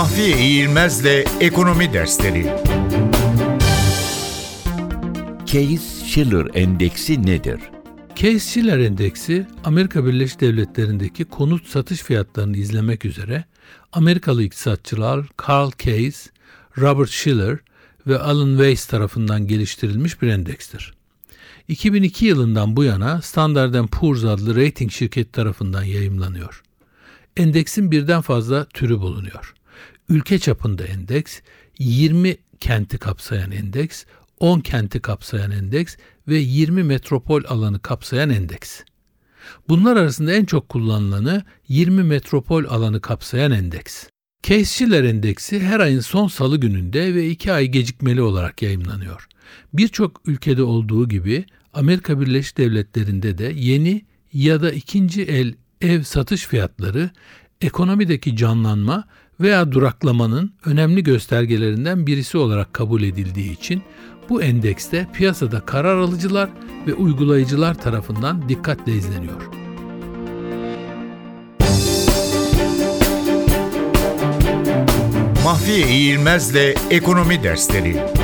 Mahfiye İğilmez'le Ekonomi Dersleri. Case-Shiller Endeksi nedir? Case-Shiller Endeksi, Amerika Birleşik Devletleri'ndeki konut satış fiyatlarını izlemek üzere Amerikalı iktisatçılar Carl Case, Robert Shiller ve Alan Weiss tarafından geliştirilmiş bir endekstir. 2002 yılından bu yana Standard & Poor's adlı rating şirketi tarafından yayımlanıyor. Endeksin birden fazla türü bulunuyor. Ülke çapında endeks, 20 kenti kapsayan endeks, 10 kenti kapsayan endeks ve 20 metropol alanı kapsayan endeks. Bunlar arasında en çok kullanılanı 20 metropol alanı kapsayan endeks. Case-Shiller Endeksi her ayın son salı gününde ve 2 ay gecikmeli olarak yayımlanıyor. Birçok ülkede olduğu gibi Amerika Birleşik Devletleri'nde de yeni ya da ikinci el ev satış fiyatları ekonomideki canlanma veya duraklamanın önemli göstergelerinden birisi olarak kabul edildiği için bu endekste piyasada karar alıcılar ve uygulayıcılar tarafından dikkatle izleniyor. Mahfiye İğilmez'le Ekonomi Dersleri.